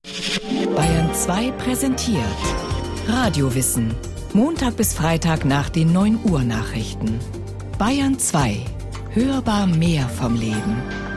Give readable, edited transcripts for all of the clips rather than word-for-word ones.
Bayern 2 präsentiert Radiowissen. Montag bis Freitag nach den 9 Uhr Nachrichten. Bayern 2. Hörbar mehr vom Leben.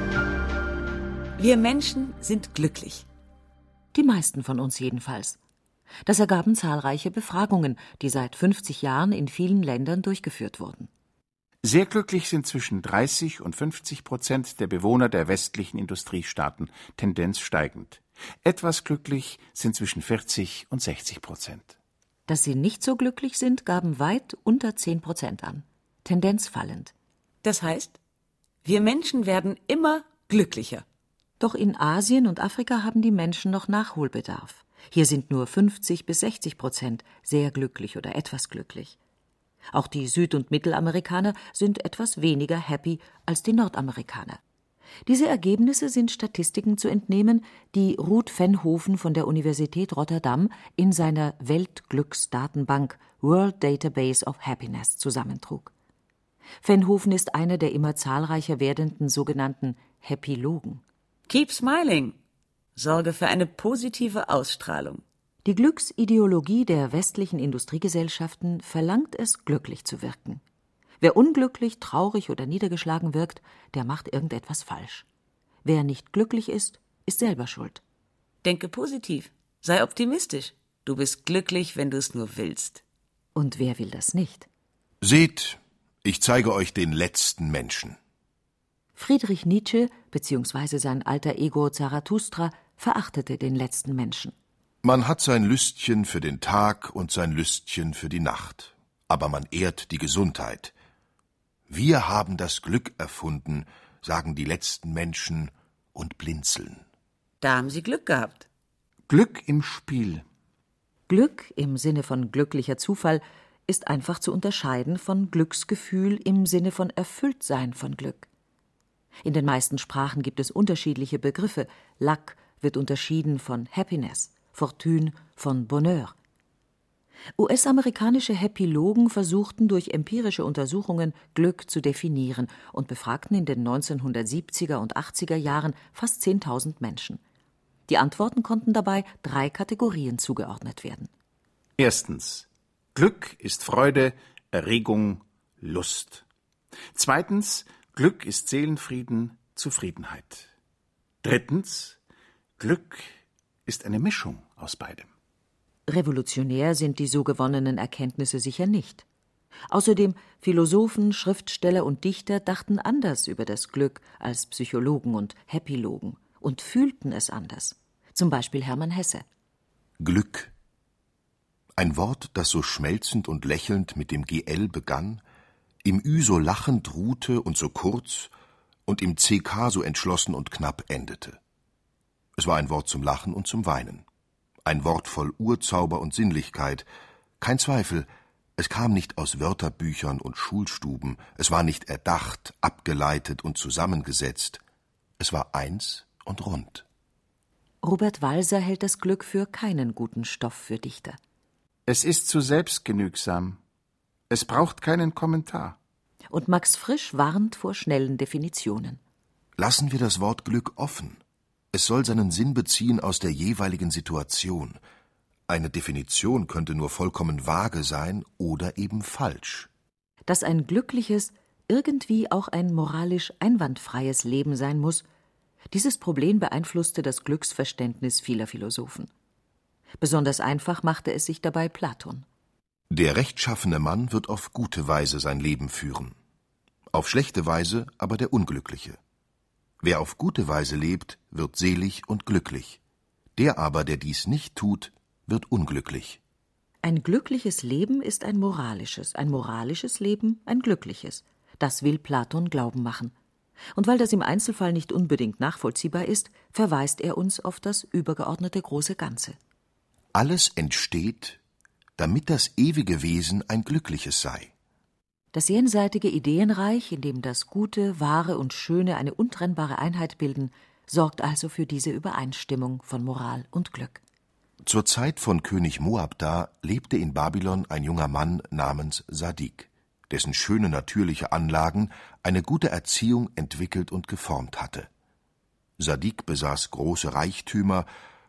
Wir Menschen sind glücklich. Die meisten von uns jedenfalls. Das ergaben zahlreiche Befragungen, die seit 50 Jahren in vielen Ländern durchgeführt wurden. Sehr glücklich sind zwischen 30 und 50% der Bewohner der westlichen Industriestaaten, Tendenz steigend. Etwas glücklich sind zwischen 40 und 60%. Dass sie nicht so glücklich sind, gaben weit unter 10% an. Tendenz fallend. Das heißt, wir Menschen werden immer glücklicher. Doch in Asien und Afrika haben die Menschen noch Nachholbedarf. Hier sind nur 50 bis 60% sehr glücklich oder etwas glücklich. Auch die Süd- und Mittelamerikaner sind etwas weniger happy als die Nordamerikaner. Diese Ergebnisse sind Statistiken zu entnehmen, die Ruud Veenhoven von der Universität Rotterdam in seiner Weltglücksdatenbank World Database of Happiness zusammentrug. Veenhoven ist einer der immer zahlreicher werdenden sogenannten Happylogen. Keep smiling. Sorge für eine positive Ausstrahlung. Die Glücksideologie der westlichen Industriegesellschaften verlangt es, glücklich zu wirken. Wer unglücklich, traurig oder niedergeschlagen wirkt, der macht irgendetwas falsch. Wer nicht glücklich ist, ist selber schuld. Denke positiv. Sei optimistisch. Du bist glücklich, wenn du es nur willst. Und wer will das nicht? Seht, ich zeige euch den letzten Menschen. Friedrich Nietzsche bzw. sein alter Ego Zarathustra verachtete den letzten Menschen. Man hat sein Lüstchen für den Tag und sein Lüstchen für die Nacht. Aber man ehrt die Gesundheit. Wir haben das Glück erfunden, sagen die letzten Menschen und blinzeln. Da haben sie Glück gehabt. Glück im Spiel. Glück im Sinne von glücklicher Zufall ist einfach zu unterscheiden von Glücksgefühl im Sinne von Erfülltsein von Glück. In den meisten Sprachen gibt es unterschiedliche Begriffe. Luck wird unterschieden von Happiness, Fortune von Bonheur. US-amerikanische Happylogen versuchten durch empirische Untersuchungen Glück zu definieren und befragten in den 1970er und 80er Jahren fast 10.000 Menschen. Die Antworten konnten dabei 3 Kategorien zugeordnet werden. Erstens. Glück ist Freude, Erregung, Lust. Zweitens. Glück ist Seelenfrieden, Zufriedenheit. Drittens. Glück ist eine Mischung aus beidem. Revolutionär sind die so gewonnenen Erkenntnisse sicher nicht. Außerdem, Philosophen, Schriftsteller und Dichter dachten anders über das Glück als Psychologen und Happylogen und fühlten es anders. Zum Beispiel Hermann Hesse. Glück. Ein Wort, das so schmelzend und lächelnd mit dem GL begann, im Ü so lachend ruhte und so kurz und im CK so entschlossen und knapp endete. Es war ein Wort zum Lachen und zum Weinen. Ein Wort voll Urzauber und Sinnlichkeit. Kein Zweifel, es kam nicht aus Wörterbüchern und Schulstuben, es war nicht erdacht, abgeleitet und zusammengesetzt. Es war eins und rund. Robert Walser hält das Glück für keinen guten Stoff für Dichter. Es ist zu selbstgenügsam. Es braucht keinen Kommentar. Und Max Frisch warnt vor schnellen Definitionen. Lassen wir das Wort Glück offen. Es soll seinen Sinn beziehen aus der jeweiligen Situation. Eine Definition könnte nur vollkommen vage sein oder eben falsch. Dass ein glückliches, irgendwie auch ein moralisch einwandfreies Leben sein muss, dieses Problem beeinflusste das Glücksverständnis vieler Philosophen. Besonders einfach machte es sich dabei Platon. Der rechtschaffene Mann wird auf gute Weise sein Leben führen. Auf schlechte Weise aber der Unglückliche. Wer auf gute Weise lebt, wird selig und glücklich. Der aber, der dies nicht tut, wird unglücklich. Ein glückliches Leben ist ein moralisches Leben ein glückliches. Das will Platon glauben machen. Und weil das im Einzelfall nicht unbedingt nachvollziehbar ist, verweist er uns auf das übergeordnete große Ganze. Alles entsteht, damit das ewige Wesen ein glückliches sei. Das jenseitige Ideenreich, in dem das Gute, Wahre und Schöne eine untrennbare Einheit bilden, sorgt also für diese Übereinstimmung von Moral und Glück. Zur Zeit von König Moabda lebte in Babylon ein junger Mann namens Sadik, dessen schöne natürliche Anlagen eine gute Erziehung entwickelt und geformt hatte. Sadik besaß große Reichtümer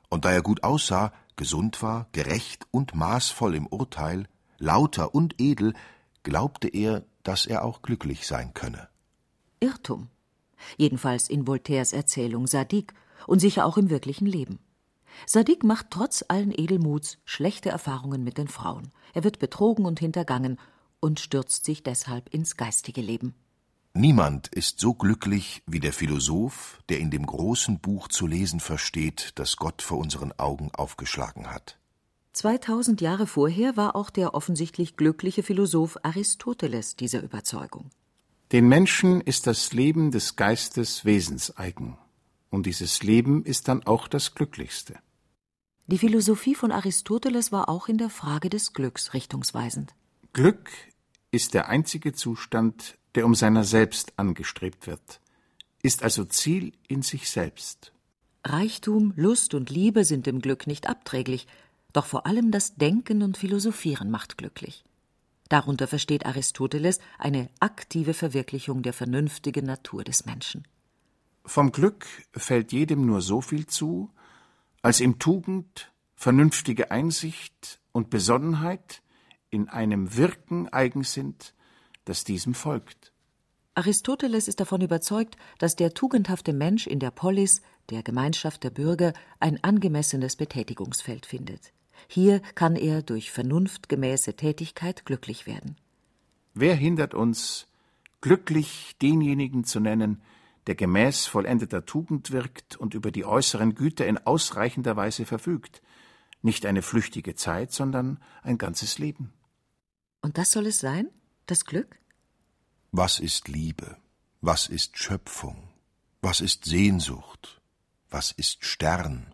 und da er gut aussah, gesund war, gerecht und maßvoll im Urteil, lauter und edel, glaubte er, dass er auch glücklich sein könne. Irrtum. Jedenfalls in Voltaires Erzählung Zadig und sicher auch im wirklichen Leben. Zadig macht trotz allen Edelmuts schlechte Erfahrungen mit den Frauen. Er wird betrogen und hintergangen und stürzt sich deshalb ins geistige Leben. Niemand ist so glücklich wie der Philosoph, der in dem großen Buch zu lesen versteht, das Gott vor unseren Augen aufgeschlagen hat. 2000 Jahre vorher war auch der offensichtlich glückliche Philosoph Aristoteles dieser Überzeugung. Den Menschen ist das Leben des Geistes wesenseigen. Und dieses Leben ist dann auch das Glücklichste. Die Philosophie von Aristoteles war auch in der Frage des Glücks richtungsweisend. Glück ist der einzige Zustand, der um seiner selbst angestrebt wird, ist also Ziel in sich selbst. Reichtum, Lust und Liebe sind dem Glück nicht abträglich, doch vor allem das Denken und Philosophieren macht glücklich. Darunter versteht Aristoteles eine aktive Verwirklichung der vernünftigen Natur des Menschen. Vom Glück fällt jedem nur so viel zu, als ihm Tugend, vernünftige Einsicht und Besonnenheit in einem Wirken eigen sind, das diesem folgt. Aristoteles ist davon überzeugt, dass der tugendhafte Mensch in der Polis, der Gemeinschaft der Bürger, ein angemessenes Betätigungsfeld findet. Hier kann er durch vernunftgemäße Tätigkeit glücklich werden. Wer hindert uns, glücklich denjenigen zu nennen, der gemäß vollendeter Tugend wirkt und über die äußeren Güter in ausreichender Weise verfügt? Nicht eine flüchtige Zeit, sondern ein ganzes Leben. Und das soll es sein? Das Glück? Was ist Liebe? Was ist Schöpfung? Was ist Sehnsucht? Was ist Stern?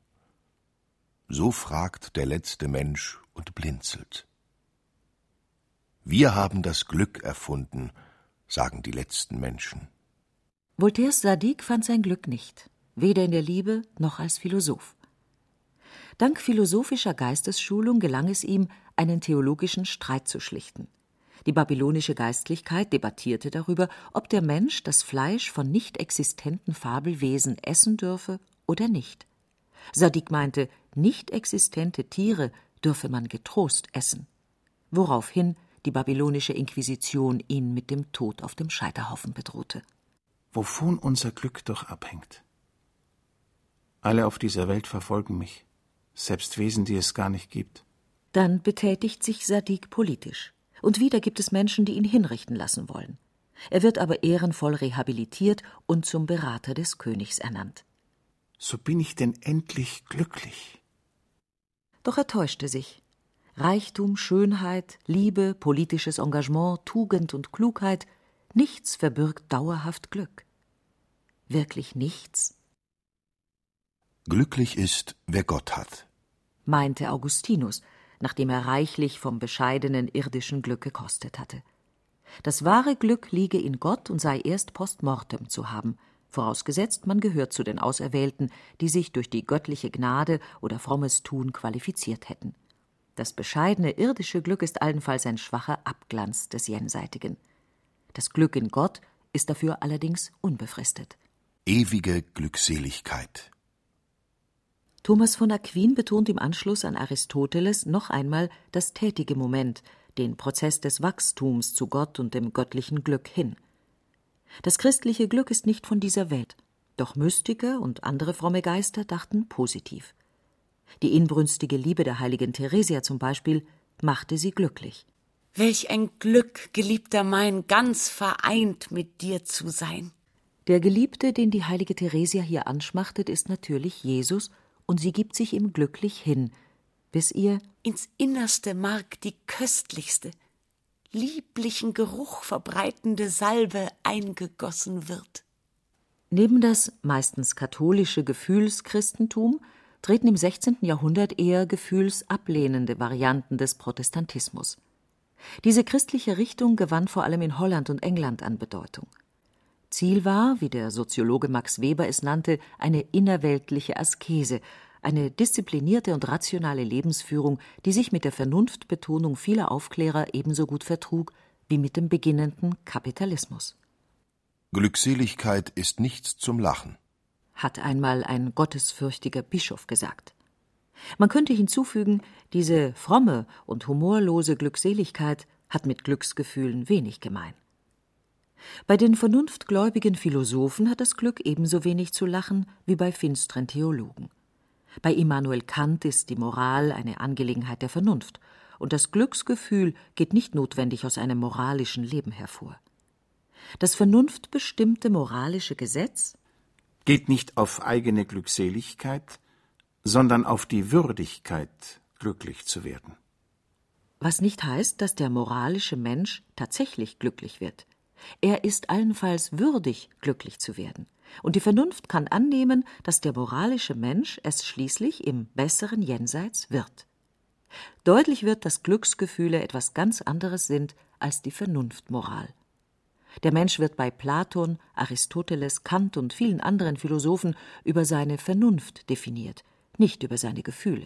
So fragt der letzte Mensch und blinzelt. Wir haben das Glück erfunden, sagen die letzten Menschen. Voltaires Zadig fand sein Glück nicht, weder in der Liebe noch als Philosoph. Dank philosophischer Geistesschulung gelang es ihm, einen theologischen Streit zu schlichten. Die babylonische Geistlichkeit debattierte darüber, ob der Mensch das Fleisch von nicht existenten Fabelwesen essen dürfe oder nicht. Zadig meinte, nicht existente Tiere dürfe man getrost essen, woraufhin die babylonische Inquisition ihn mit dem Tod auf dem Scheiterhaufen bedrohte. Wovon unser Glück doch abhängt. Alle auf dieser Welt verfolgen mich, selbst Wesen, die es gar nicht gibt. Dann betätigt sich Zadig politisch. Und wieder gibt es Menschen, die ihn hinrichten lassen wollen. Er wird aber ehrenvoll rehabilitiert und zum Berater des Königs ernannt. So bin ich denn endlich glücklich. Doch er täuschte sich. Reichtum, Schönheit, Liebe, politisches Engagement, Tugend und Klugheit, nichts verbirgt dauerhaft Glück. Wirklich nichts? Glücklich ist, wer Gott hat, meinte Augustinus, nachdem er reichlich vom bescheidenen irdischen Glück gekostet hatte. Das wahre Glück liege in Gott und sei erst post mortem zu haben, vorausgesetzt, man gehört zu den Auserwählten, die sich durch die göttliche Gnade oder frommes Tun qualifiziert hätten. Das bescheidene irdische Glück ist allenfalls ein schwacher Abglanz des Jenseitigen. Das Glück in Gott ist dafür allerdings unbefristet. Ewige Glückseligkeit. Thomas von Aquin betont im Anschluss an Aristoteles noch einmal das tätige Moment, den Prozess des Wachstums zu Gott und dem göttlichen Glück hin. Das christliche Glück ist nicht von dieser Welt, doch Mystiker und andere fromme Geister dachten positiv. Die inbrünstige Liebe der heiligen Theresia zum Beispiel machte sie glücklich. Welch ein Glück, Geliebter mein, ganz vereint mit dir zu sein. Der Geliebte, den die heilige Theresia hier anschmachtet, ist natürlich Jesus, und sie gibt sich ihm glücklich hin, bis ihr ins innerste Mark die köstlichste, lieblichen Geruch verbreitende Salbe eingegossen wird. Neben das meistens katholische Gefühlschristentum treten im 16. Jahrhundert eher gefühlsablehnende Varianten des Protestantismus. Diese christliche Richtung gewann vor allem in Holland und England an Bedeutung. Ziel war, wie der Soziologe Max Weber es nannte, eine innerweltliche Askese, eine disziplinierte und rationale Lebensführung, die sich mit der Vernunftbetonung vieler Aufklärer ebenso gut vertrug wie mit dem beginnenden Kapitalismus. Glückseligkeit ist nichts zum Lachen, hat einmal ein gottesfürchtiger Bischof gesagt. Man könnte hinzufügen, diese fromme und humorlose Glückseligkeit hat mit Glücksgefühlen wenig gemein. Bei den vernunftgläubigen Philosophen hat das Glück ebenso wenig zu lachen wie bei finsteren Theologen. Bei Immanuel Kant ist die Moral eine Angelegenheit der Vernunft, und das Glücksgefühl geht nicht notwendig aus einem moralischen Leben hervor. Das vernunftbestimmte moralische Gesetz geht nicht auf eigene Glückseligkeit, sondern auf die Würdigkeit, glücklich zu werden. Was nicht heißt, dass der moralische Mensch tatsächlich glücklich wird. Er ist allenfalls würdig, glücklich zu werden. Und die Vernunft kann annehmen, dass der moralische Mensch es schließlich im besseren Jenseits wird. Deutlich wird, dass Glücksgefühle etwas ganz anderes sind als die Vernunftmoral. Der Mensch wird bei Platon, Aristoteles, Kant und vielen anderen Philosophen über seine Vernunft definiert, nicht über seine Gefühle.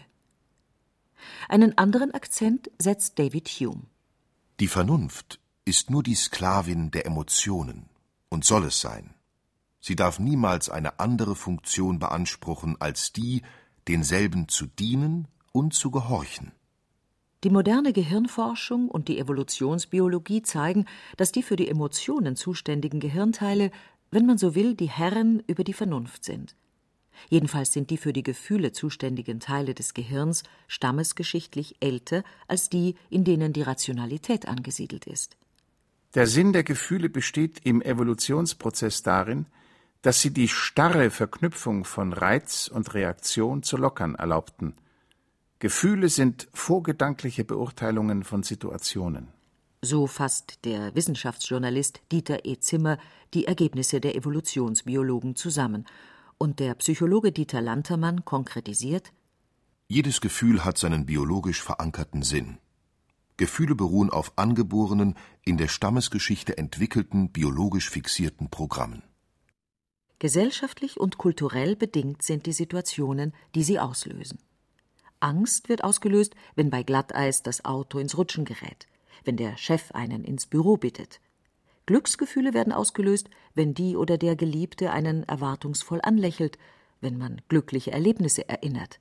Einen anderen Akzent setzt David Hume. Die Vernunft ist nur die Sklavin der Emotionen und soll es sein. Sie darf niemals eine andere Funktion beanspruchen als die, denselben zu dienen und zu gehorchen. Die moderne Gehirnforschung und die Evolutionsbiologie zeigen, dass die für die Emotionen zuständigen Gehirnteile, wenn man so will, die Herren über die Vernunft sind. Jedenfalls sind die für die Gefühle zuständigen Teile des Gehirns stammesgeschichtlich älter als die, in denen die Rationalität angesiedelt ist. Der Sinn der Gefühle besteht im Evolutionsprozess darin, dass sie die starre Verknüpfung von Reiz und Reaktion zu lockern erlaubten. Gefühle sind vorgedankliche Beurteilungen von Situationen. So fasst der Wissenschaftsjournalist Dieter E. Zimmer die Ergebnisse der Evolutionsbiologen zusammen. Und der Psychologe Dieter Lantermann konkretisiert: Jedes Gefühl hat seinen biologisch verankerten Sinn. Gefühle beruhen auf angeborenen, in der Stammesgeschichte entwickelten, biologisch fixierten Programmen. Gesellschaftlich und kulturell bedingt sind die Situationen, die sie auslösen. Angst wird ausgelöst, wenn bei Glatteis das Auto ins Rutschen gerät, wenn der Chef einen ins Büro bittet. Glücksgefühle werden ausgelöst, wenn die oder der Geliebte einen erwartungsvoll anlächelt, wenn man glückliche Erlebnisse erinnert.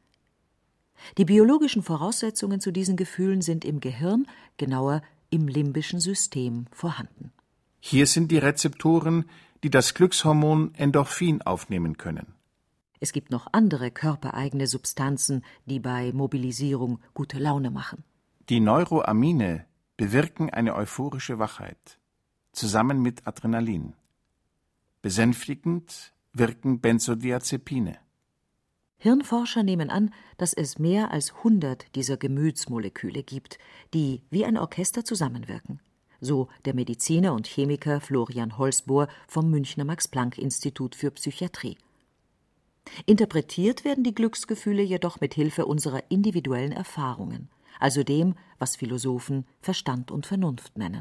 Die biologischen Voraussetzungen zu diesen Gefühlen sind im Gehirn, genauer im limbischen System, vorhanden. Hier sind die Rezeptoren, die das Glückshormon Endorphin aufnehmen können. Es gibt noch andere körpereigene Substanzen, die bei Mobilisierung gute Laune machen. Die Neuroamine bewirken eine euphorische Wachheit, zusammen mit Adrenalin. Besänftigend wirken Benzodiazepine. Hirnforscher nehmen an, dass es mehr als 100 dieser Gemütsmoleküle gibt, die wie ein Orchester zusammenwirken. So der Mediziner und Chemiker Florian Holzbohr vom Münchner Max-Planck-Institut für Psychiatrie. Interpretiert werden die Glücksgefühle jedoch mit Hilfe unserer individuellen Erfahrungen, also dem, was Philosophen Verstand und Vernunft nennen.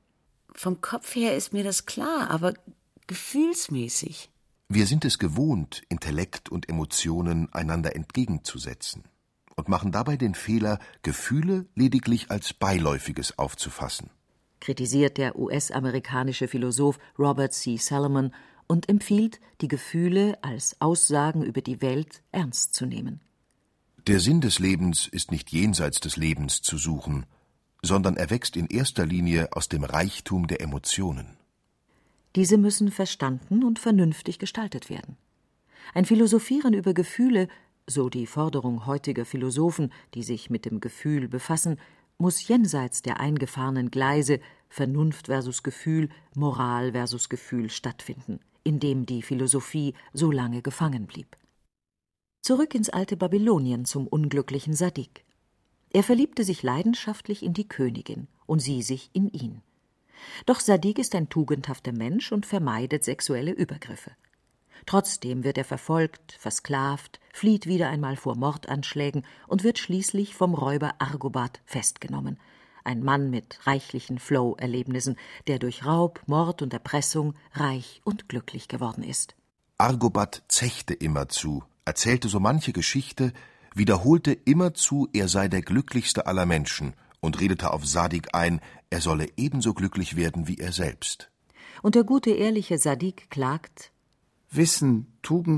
Vom Kopf her ist mir das klar, aber gefühlsmäßig. Wir sind es gewohnt, Intellekt und Emotionen einander entgegenzusetzen und machen dabei den Fehler, Gefühle lediglich als Beiläufiges aufzufassen. Kritisiert der US-amerikanische Philosoph Robert C. Salomon und empfiehlt, die Gefühle als Aussagen über die Welt ernst zu nehmen. Der Sinn des Lebens ist nicht jenseits des Lebens zu suchen, sondern erwächst in erster Linie aus dem Reichtum der Emotionen. Diese müssen verstanden und vernünftig gestaltet werden. Ein Philosophieren über Gefühle, so die Forderung heutiger Philosophen, die sich mit dem Gefühl befassen, muss jenseits der eingefahrenen Gleise Vernunft versus Gefühl, Moral versus Gefühl stattfinden, in dem die Philosophie so lange gefangen blieb. Zurück ins alte Babylonien zum unglücklichen Sadik. Er verliebte sich leidenschaftlich in die Königin und sie sich in ihn. Doch Sadik ist ein tugendhafter Mensch und vermeidet sexuelle Übergriffe. Trotzdem wird er verfolgt, versklavt, flieht wieder einmal vor Mordanschlägen und wird schließlich vom Räuber Argobat festgenommen. Ein Mann mit reichlichen Flow-Erlebnissen, der durch Raub, Mord und Erpressung reich und glücklich geworden ist. Argobat zechte immerzu, erzählte so manche Geschichte, wiederholte immerzu, er sei der glücklichste aller Menschen und redete auf Sadik ein, er solle ebenso glücklich werden wie er selbst. Und der gute, ehrliche Sadik klagt: Wissen, Tugend,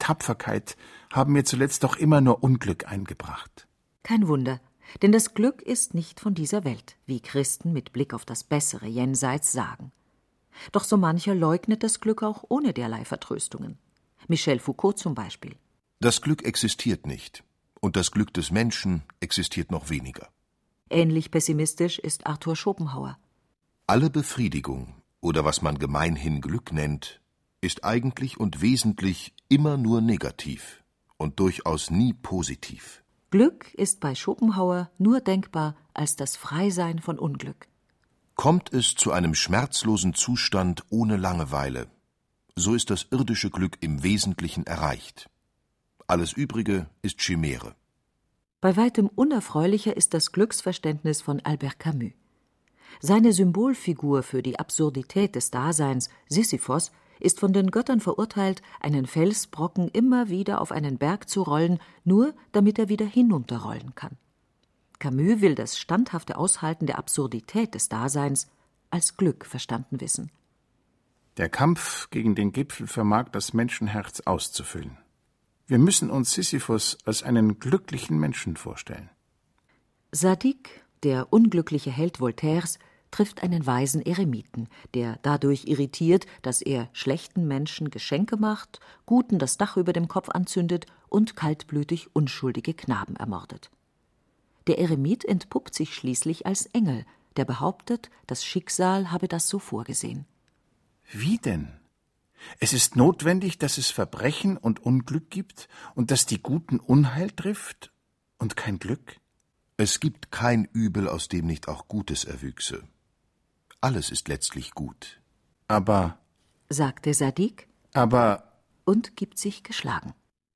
Tapferkeit haben mir zuletzt doch immer nur Unglück eingebracht. Kein Wunder, denn das Glück ist nicht von dieser Welt, wie Christen mit Blick auf das bessere Jenseits sagen. Doch so mancher leugnet das Glück auch ohne derlei Vertröstungen. Michel Foucault zum Beispiel. Das Glück existiert nicht, und das Glück des Menschen existiert noch weniger. Ähnlich pessimistisch ist Arthur Schopenhauer. Alle Befriedigung, oder was man gemeinhin Glück nennt, ist eigentlich und wesentlich immer nur negativ und durchaus nie positiv. Glück ist bei Schopenhauer nur denkbar als das Freisein von Unglück. Kommt es zu einem schmerzlosen Zustand ohne Langeweile, so ist das irdische Glück im Wesentlichen erreicht. Alles Übrige ist Chimäre. Bei weitem unerfreulicher ist das Glücksverständnis von Albert Camus. Seine Symbolfigur für die Absurdität des Daseins, Sisyphos, ist von den Göttern verurteilt, einen Felsbrocken immer wieder auf einen Berg zu rollen, nur damit er wieder hinunterrollen kann. Camus will das standhafte Aushalten der Absurdität des Daseins als Glück verstanden wissen. Der Kampf gegen den Gipfel vermag das Menschenherz auszufüllen. Wir müssen uns Sisyphos als einen glücklichen Menschen vorstellen. Zadig, der unglückliche Held Voltaires, trifft einen weisen Eremiten, der dadurch irritiert, dass er schlechten Menschen Geschenke macht, Guten das Dach über dem Kopf anzündet und kaltblütig unschuldige Knaben ermordet. Der Eremit entpuppt sich schließlich als Engel, der behauptet, das Schicksal habe das so vorgesehen. Wie denn? Es ist notwendig, dass es Verbrechen und Unglück gibt und dass die Guten Unheil trifft und kein Glück? Es gibt kein Übel, aus dem nicht auch Gutes erwüchse. Alles ist letztlich gut. Aber, sagte Zadig, und gibt sich geschlagen.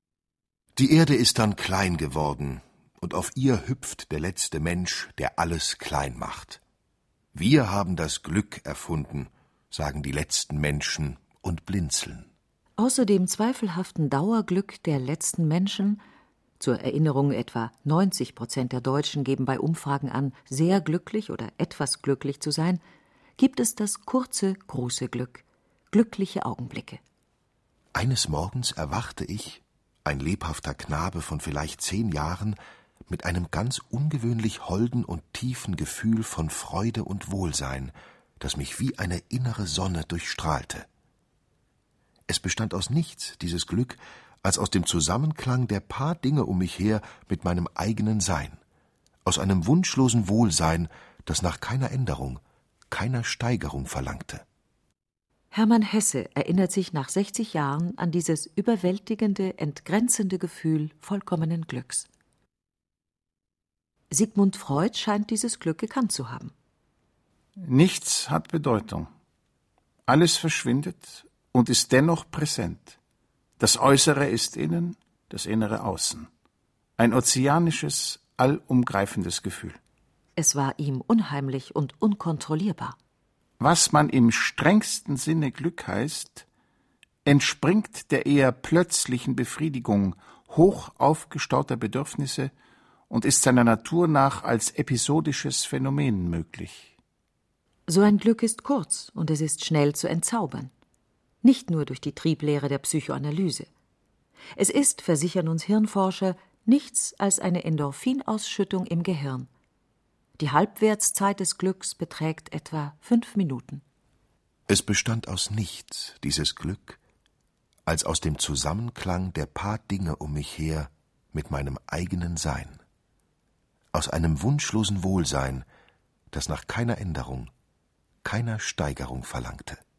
Die Erde ist dann klein geworden, und auf ihr hüpft der letzte Mensch, der alles klein macht. Wir haben das Glück erfunden, sagen die letzten Menschen und blinzeln. Außer dem zweifelhaften Dauerglück der letzten Menschen, zur Erinnerung, etwa 90% der Deutschen geben bei Umfragen an, sehr glücklich oder etwas glücklich zu sein, gibt es das kurze, große Glück, glückliche Augenblicke. Eines Morgens erwachte ich, ein lebhafter Knabe von vielleicht 10 Jahren, mit einem ganz ungewöhnlich holden und tiefen Gefühl von Freude und Wohlsein, das mich wie eine innere Sonne durchstrahlte. Es bestand aus nichts, dieses Glück, als aus dem Zusammenklang der paar Dinge um mich her mit meinem eigenen Sein, aus einem wunschlosen Wohlsein, das nach keiner Änderung, keiner Steigerung verlangte. Hermann Hesse erinnert sich nach 60 Jahren an dieses überwältigende, entgrenzende Gefühl vollkommenen Glücks. Sigmund Freud scheint dieses Glück gekannt zu haben. Nichts hat Bedeutung. Alles verschwindet und ist dennoch präsent. Das Äußere ist innen, das Innere außen. Ein ozeanisches, allumgreifendes Gefühl. Es war ihm unheimlich und unkontrollierbar. Was man im strengsten Sinne Glück heißt, entspringt der eher plötzlichen Befriedigung hoch aufgestauter Bedürfnisse und ist seiner Natur nach als episodisches Phänomen möglich. So ein Glück ist kurz und es ist schnell zu entzaubern. Nicht nur durch die Trieblehre der Psychoanalyse. Es ist, versichern uns Hirnforscher, nichts als eine Endorphinausschüttung im Gehirn. Die Halbwertszeit des Glücks beträgt etwa 5 Minuten. Es bestand aus nichts, dieses Glück, als aus dem Zusammenklang der paar Dinge um mich her mit meinem eigenen Sein. Aus einem wunschlosen Wohlsein, das nach keiner Änderung, keiner Steigerung verlangte.